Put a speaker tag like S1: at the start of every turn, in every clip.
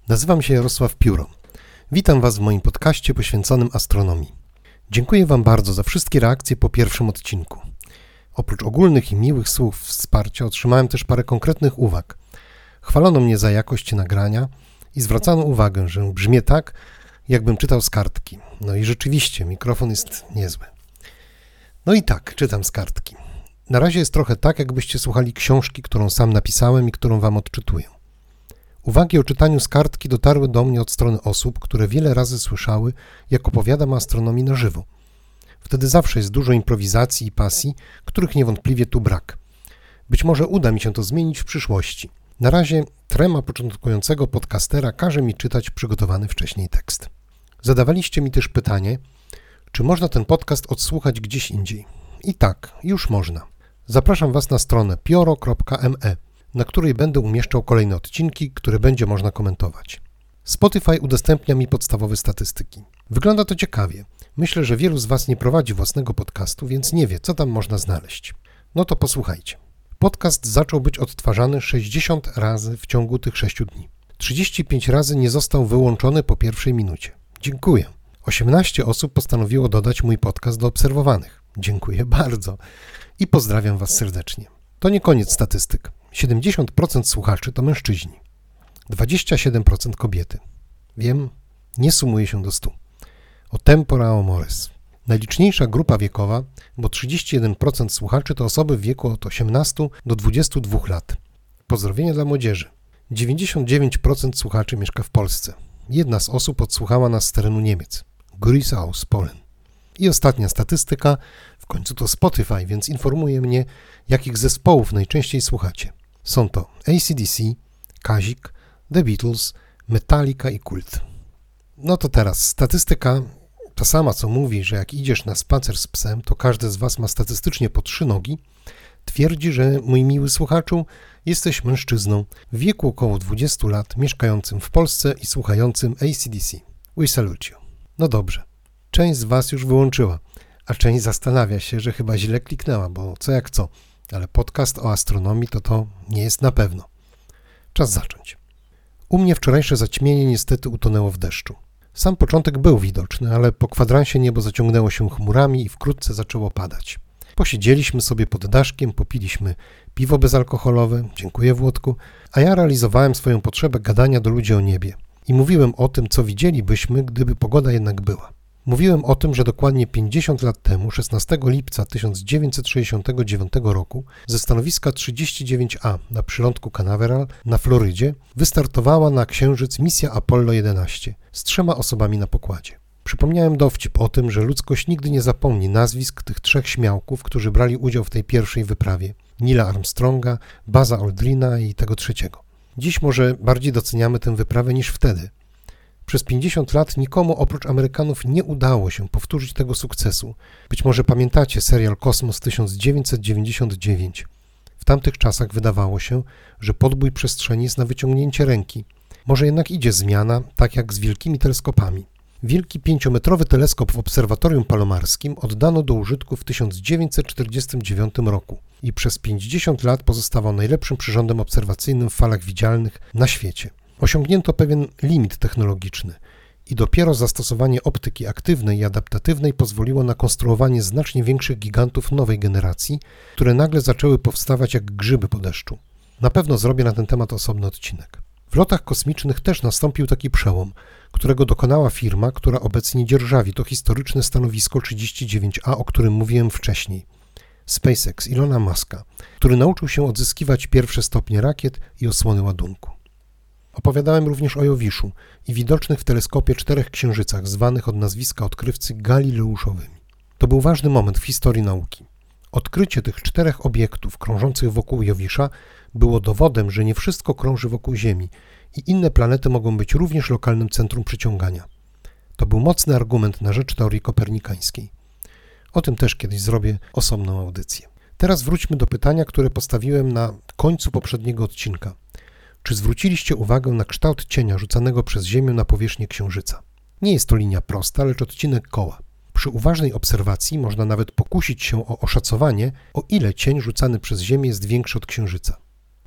S1: Nazywam się Jarosław Pióro. Witam Was w moim podcaście poświęconym astronomii. Dziękuję Wam bardzo za wszystkie reakcje po pierwszym odcinku. Oprócz ogólnych i miłych słów wsparcia otrzymałem też parę konkretnych uwag. Chwalono mnie za jakość nagrania i zwracano uwagę, że brzmię tak, jakbym czytał z kartki. No i rzeczywiście, mikrofon jest niezły. No i tak, czytam z kartki. Na razie jest trochę tak, jakbyście słuchali książki, którą sam napisałem i którą Wam odczytuję. Uwagi o czytaniu z kartki dotarły do mnie od strony osób, które wiele razy słyszały, jak opowiadam o astronomii na żywo. Wtedy zawsze jest dużo improwizacji i pasji, których niewątpliwie tu brak. Być może uda mi się to zmienić w przyszłości. Na razie trema początkującego podcastera każe mi czytać przygotowany wcześniej tekst. Zadawaliście mi też pytanie, czy można ten podcast odsłuchać gdzieś indziej. I tak, już można. Zapraszam Was na stronę pioro.me, na której będę umieszczał kolejne odcinki, które będzie można komentować. Spotify udostępnia mi podstawowe statystyki. Wygląda to ciekawie. Myślę, że wielu z Was nie prowadzi własnego podcastu, więc nie wie, co tam można znaleźć. No to posłuchajcie. Podcast zaczął być odtwarzany 60 razy w ciągu tych 6 dni. 35 razy nie został wyłączony po pierwszej minucie. Dziękuję. 18 osób postanowiło dodać mój podcast do obserwowanych. Dziękuję bardzo. I pozdrawiam Was serdecznie. To nie koniec statystyk. 70% słuchaczy to mężczyźni. 27% kobiety. Wiem, nie sumuje się do 100. O tempora o mores. Najliczniejsza grupa wiekowa, bo 31% słuchaczy to osoby w wieku od 18 do 22 lat. Pozdrowienia dla młodzieży. 99% słuchaczy mieszka w Polsce. Jedna z osób odsłuchała nas z terenu Niemiec. Grüße aus Polen. I ostatnia statystyka, w końcu to Spotify, więc informuje mnie, jakich zespołów najczęściej słuchacie. Są to AC/DC, Kazik, The Beatles, Metallica i Kult. No to teraz statystyka, ta sama co mówi, że jak idziesz na spacer z psem, to każdy z Was ma statystycznie po 3 nogi, twierdzi, że mój miły słuchaczu, jesteś mężczyzną w wieku około 20 lat, mieszkającym w Polsce i słuchającym AC/DC. We salute you. No dobrze, część z Was już wyłączyła, a część zastanawia się, że chyba źle kliknęła, bo co jak co, ale podcast o astronomii to nie jest na pewno. Czas zacząć. U mnie wczorajsze zaćmienie niestety utonęło w deszczu. Sam początek był widoczny, ale po kwadransie niebo zaciągnęło się chmurami i wkrótce zaczęło padać. Posiedzieliśmy sobie pod daszkiem, popiliśmy piwo bezalkoholowe, dziękuję Włodku, a ja realizowałem swoją potrzebę gadania do ludzi o niebie. I mówiłem o tym, co widzielibyśmy, gdyby pogoda jednak była. Mówiłem o tym, że dokładnie 50 lat temu, 16 lipca 1969 roku, ze stanowiska 39A na przylądku Canaveral na Florydzie wystartowała na Księżyc misja Apollo 11 z 3 osobami na pokładzie. Przypomniałem dowcip o tym, że ludzkość nigdy nie zapomni nazwisk tych 3 śmiałków, którzy brali udział w tej pierwszej wyprawie. Neila Armstronga, Buzza Aldrina i tego trzeciego. Dziś może bardziej doceniamy tę wyprawę niż wtedy. Przez 50 lat nikomu oprócz Amerykanów nie udało się powtórzyć tego sukcesu. Być może pamiętacie serial Kosmos 1999. W tamtych czasach wydawało się, że podbój przestrzeni jest na wyciągnięcie ręki. Może jednak idzie zmiana, tak jak z wielkimi teleskopami. Wielki 5-metrowy teleskop w Obserwatorium Palomarskim oddano do użytku w 1949 roku i przez 50 lat pozostawał najlepszym przyrządem obserwacyjnym w falach widzialnych na świecie. Osiągnięto pewien limit technologiczny i dopiero zastosowanie optyki aktywnej i adaptatywnej pozwoliło na konstruowanie znacznie większych gigantów nowej generacji, które nagle zaczęły powstawać jak grzyby po deszczu. Na pewno zrobię na ten temat osobny odcinek. W lotach kosmicznych też nastąpił taki przełom, którego dokonała firma, która obecnie dzierżawi to historyczne stanowisko 39A, o którym mówiłem wcześniej. SpaceX Ilona Muska, który nauczył się odzyskiwać pierwsze stopnie rakiet i osłony ładunku. Opowiadałem również o Jowiszu i widocznych w teleskopie 4 księżycach, zwanych od nazwiska odkrywcy Galileuszowymi. To był ważny moment w historii nauki. Odkrycie tych 4 obiektów krążących wokół Jowisza było dowodem, że nie wszystko krąży wokół Ziemi i inne planety mogą być również lokalnym centrum przyciągania. To był mocny argument na rzecz teorii kopernikańskiej. O tym też kiedyś zrobię osobną audycję. Teraz wróćmy do pytania, które postawiłem na końcu poprzedniego odcinka. Czy zwróciliście uwagę na kształt cienia rzucanego przez Ziemię na powierzchnię Księżyca? Nie jest to linia prosta, lecz odcinek koła. Przy uważnej obserwacji można nawet pokusić się o oszacowanie, o ile cień rzucany przez Ziemię jest większy od Księżyca.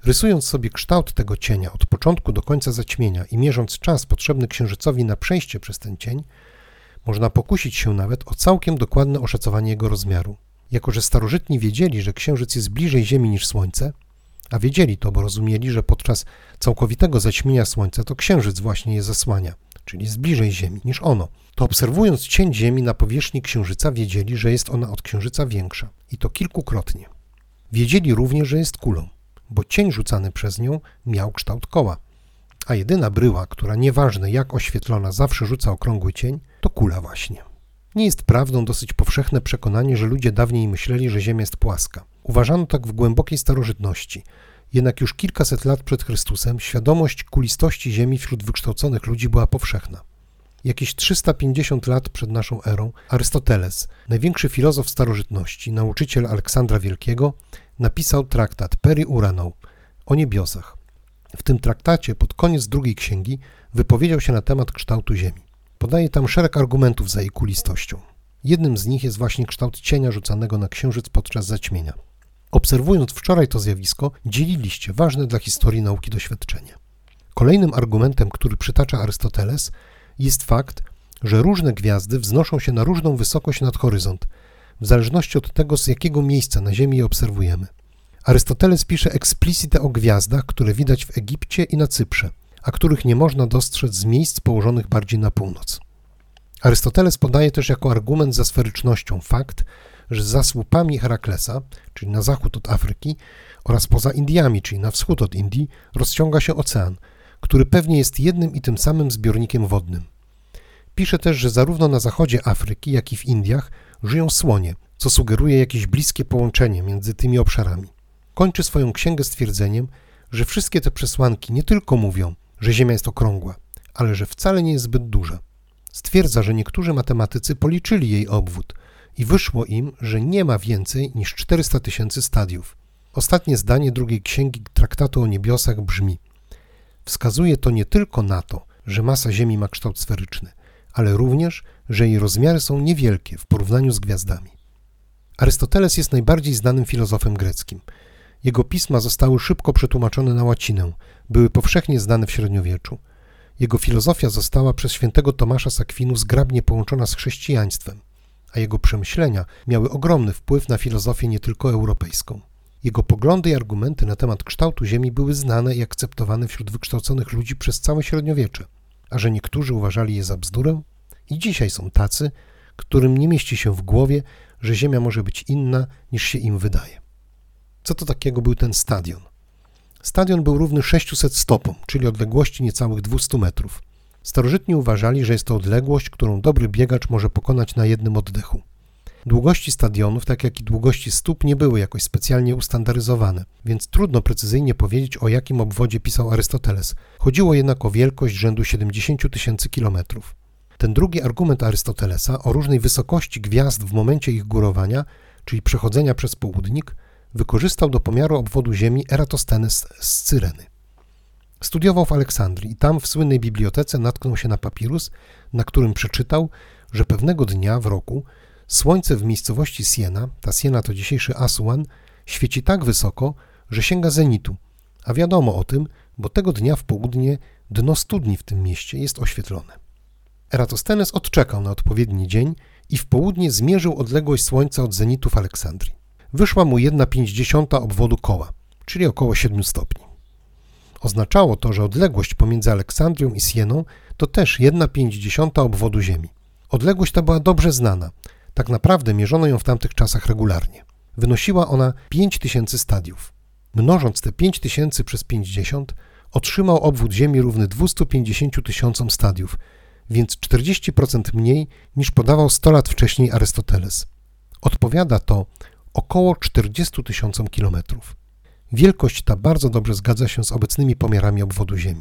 S1: Rysując sobie kształt tego cienia od początku do końca zaćmienia i mierząc czas potrzebny księżycowi na przejście przez ten cień, można pokusić się nawet o całkiem dokładne oszacowanie jego rozmiaru. Jako że starożytni wiedzieli, że księżyc jest bliżej Ziemi niż Słońce, a wiedzieli to, bo rozumieli, że podczas całkowitego zaćmienia Słońca to księżyc właśnie je zasłania, czyli jest bliżej Ziemi niż ono, to obserwując cień Ziemi na powierzchni księżyca wiedzieli, że jest ona od księżyca większa i to kilkukrotnie. Wiedzieli również, że jest kulą, bo cień rzucany przez nią miał kształt koła, a jedyna bryła, która nieważne jak oświetlona zawsze rzuca okrągły cień, to kula właśnie. Nie jest prawdą dosyć powszechne przekonanie, że ludzie dawniej myśleli, że Ziemia jest płaska. Uważano tak w głębokiej starożytności, jednak już kilkaset lat przed Chrystusem świadomość kulistości Ziemi wśród wykształconych ludzi była powszechna. Jakieś 350 lat przed naszą erą Arystoteles, największy filozof starożytności, nauczyciel Aleksandra Wielkiego, napisał traktat Peri-Uranou o niebiosach. W tym traktacie pod koniec drugiej księgi wypowiedział się na temat kształtu Ziemi. Podaje tam szereg argumentów za jej kulistością. Jednym z nich jest właśnie kształt cienia rzucanego na księżyc podczas zaćmienia. Obserwując wczoraj to zjawisko, dzieliliście ważne dla historii nauki doświadczenie. Kolejnym argumentem, który przytacza Arystoteles, jest fakt, że różne gwiazdy wznoszą się na różną wysokość nad horyzont, w zależności od tego, z jakiego miejsca na Ziemi je obserwujemy. Arystoteles pisze eksplicite o gwiazdach, które widać w Egipcie i na Cyprze, a których nie można dostrzec z miejsc położonych bardziej na północ. Arystoteles podaje też jako argument za sferycznością fakt, że za słupami Heraklesa, czyli na zachód od Afryki, oraz poza Indiami, czyli na wschód od Indii, rozciąga się ocean, który pewnie jest jednym i tym samym zbiornikiem wodnym. Pisze też, że zarówno na zachodzie Afryki, jak i w Indiach żyją słonie, co sugeruje jakieś bliskie połączenie między tymi obszarami. Kończy swoją księgę stwierdzeniem, że wszystkie te przesłanki nie tylko mówią, że Ziemia jest okrągła, ale że wcale nie jest zbyt duża. Stwierdza, że niektórzy matematycy policzyli jej obwód i wyszło im, że nie ma więcej niż 400 000 stadiów. Ostatnie zdanie drugiej księgi Traktatu o niebiosach brzmi: wskazuje to nie tylko na to, że masa Ziemi ma kształt sferyczny, ale również, że jej rozmiary są niewielkie w porównaniu z gwiazdami. Arystoteles jest najbardziej znanym filozofem greckim. Jego pisma zostały szybko przetłumaczone na łacinę, były powszechnie znane w średniowieczu. Jego filozofia została przez świętego Tomasza z Akwinu zgrabnie połączona z chrześcijaństwem, a jego przemyślenia miały ogromny wpływ na filozofię nie tylko europejską. Jego poglądy i argumenty na temat kształtu Ziemi były znane i akceptowane wśród wykształconych ludzi przez całe średniowiecze, a że niektórzy uważali je za bzdurę, i dzisiaj są tacy, którym nie mieści się w głowie, że Ziemia może być inna, niż się im wydaje. Co to takiego był ten stadion? Stadion był równy 600 stopom, czyli odległości niecałych 200 metrów. Starożytni uważali, że jest to odległość, którą dobry biegacz może pokonać na jednym oddechu. Długości stadionów, tak jak i długości stóp, nie były jakoś specjalnie ustandaryzowane, więc trudno precyzyjnie powiedzieć, o jakim obwodzie pisał Arystoteles. Chodziło jednak o wielkość rzędu 70 000 kilometrów. Ten drugi argument Arystotelesa o różnej wysokości gwiazd w momencie ich górowania, czyli przechodzenia przez południk, wykorzystał do pomiaru obwodu Ziemi Eratosthenes z Cyreny. Studiował w Aleksandrii i tam w słynnej bibliotece natknął się na papirus, na którym przeczytał, że pewnego dnia w roku Słońce w miejscowości Siena, ta Siena to dzisiejszy Asuan, świeci tak wysoko, że sięga zenitu, a wiadomo o tym, bo tego dnia w południe dno studni w tym mieście jest oświetlone. Eratosthenes odczekał na odpowiedni dzień i w południe zmierzył odległość Słońca od zenitu w Aleksandrii. Wyszła mu 1/50 obwodu koła, czyli około 7 stopni. Oznaczało to, że odległość pomiędzy Aleksandrią i Sieną to też 1/50 obwodu Ziemi. Odległość ta była dobrze znana. Tak naprawdę mierzono ją w tamtych czasach regularnie. Wynosiła ona 5000 stadiów. Mnożąc te 5000 przez 50, otrzymał obwód Ziemi równy 250 000 stadiów, więc 40% mniej niż podawał 100 lat wcześniej Arystoteles. Odpowiada to około 40 000 kilometrów. Wielkość ta bardzo dobrze zgadza się z obecnymi pomiarami obwodu Ziemi.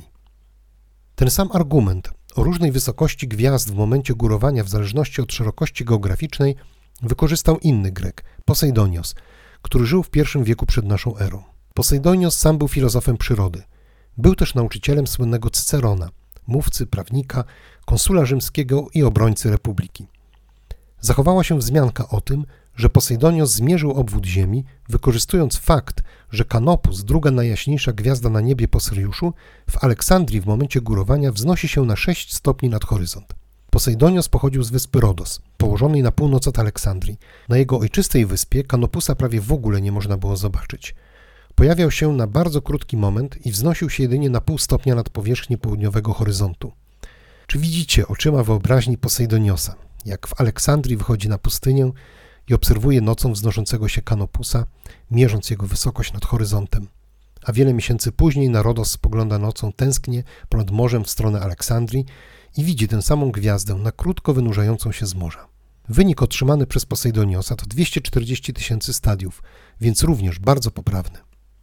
S1: Ten sam argument o różnej wysokości gwiazd w momencie górowania w zależności od szerokości geograficznej wykorzystał inny Grek, Poseidonios, który żył w I wieku przed naszą erą. Poseidonios sam był filozofem przyrody. Był też nauczycielem słynnego Cycerona, mówcy, prawnika, konsula rzymskiego i obrońcy republiki. Zachowała się wzmianka o tym, że Posejdonios zmierzył obwód Ziemi, wykorzystując fakt, że Kanopus, druga najjaśniejsza gwiazda na niebie po Syriuszu, w Aleksandrii w momencie górowania wznosi się na 6 stopni nad horyzont. Posejdonios pochodził z wyspy Rodos, położonej na północ od Aleksandrii. Na jego ojczystej wyspie Kanopusa prawie w ogóle nie można było zobaczyć. Pojawiał się na bardzo krótki moment i wznosił się jedynie na pół stopnia nad powierzchnię południowego horyzontu. Czy widzicie oczyma wyobraźni Posejdoniosa, jak w Aleksandrii wychodzi na pustynię i obserwuje nocą wznoszącego się Kanopusa, mierząc jego wysokość nad horyzontem, a wiele miesięcy później na Rodos spogląda nocą tęsknie ponad morzem w stronę Aleksandrii i widzi tę samą gwiazdę na krótko wynurzającą się z morza. Wynik otrzymany przez Posejdoniosa to 240 000 stadiów, więc również bardzo poprawny.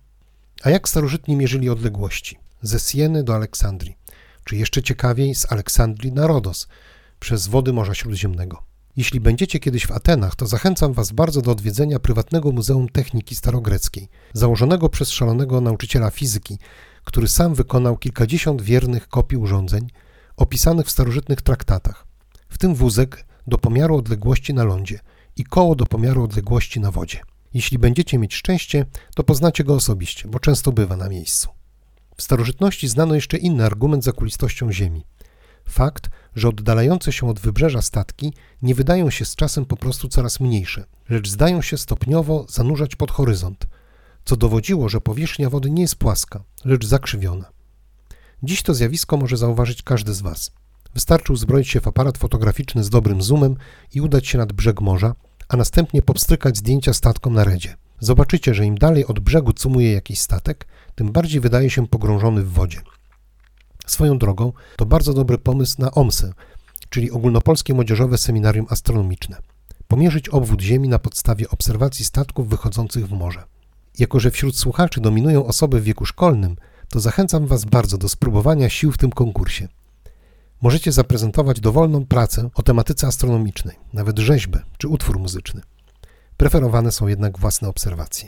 S1: A jak starożytni mierzyli odległości? Ze Sieny do Aleksandrii, czy jeszcze ciekawiej z Aleksandrii na Rodos, przez wody Morza Śródziemnego. Jeśli będziecie kiedyś w Atenach, to zachęcam Was bardzo do odwiedzenia prywatnego Muzeum Techniki Starogreckiej, założonego przez szalonego nauczyciela fizyki, który sam wykonał kilkadziesiąt wiernych kopii urządzeń opisanych w starożytnych traktatach, w tym wózek do pomiaru odległości na lądzie i koło do pomiaru odległości na wodzie. Jeśli będziecie mieć szczęście, to poznacie go osobiście, bo często bywa na miejscu. W starożytności znano jeszcze inny argument za kulistością Ziemi. Fakt, że oddalające się od wybrzeża statki nie wydają się z czasem po prostu coraz mniejsze, lecz zdają się stopniowo zanurzać pod horyzont, co dowodziło, że powierzchnia wody nie jest płaska, lecz zakrzywiona. Dziś to zjawisko może zauważyć każdy z Was. Wystarczy uzbroić się w aparat fotograficzny z dobrym zoomem i udać się nad brzeg morza, a następnie popstrykać zdjęcia statkom na redzie. Zobaczycie, że im dalej od brzegu cumuje jakiś statek, tym bardziej wydaje się pogrążony w wodzie. Swoją drogą to bardzo dobry pomysł na OMSE, czyli Ogólnopolskie Młodzieżowe Seminarium Astronomiczne. Pomierzyć obwód Ziemi na podstawie obserwacji statków wychodzących w morze. Jako że wśród słuchaczy dominują osoby w wieku szkolnym, to zachęcam Was bardzo do spróbowania sił w tym konkursie. Możecie zaprezentować dowolną pracę o tematyce astronomicznej, nawet rzeźbę czy utwór muzyczny. Preferowane są jednak własne obserwacje.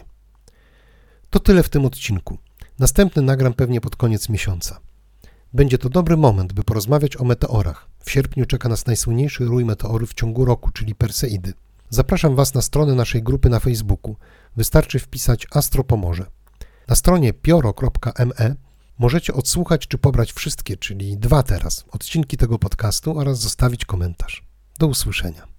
S1: To tyle w tym odcinku. Następny nagram pewnie pod koniec miesiąca. Będzie to dobry moment, by porozmawiać o meteorach. W sierpniu czeka nas najsłynniejszy rój meteorów w ciągu roku, czyli Perseidy. Zapraszam Was na stronę naszej grupy na Facebooku. Wystarczy wpisać Astro Pomorze. Na stronie pioro.me możecie odsłuchać czy pobrać wszystkie, czyli 2 teraz, odcinki tego podcastu oraz zostawić komentarz. Do usłyszenia.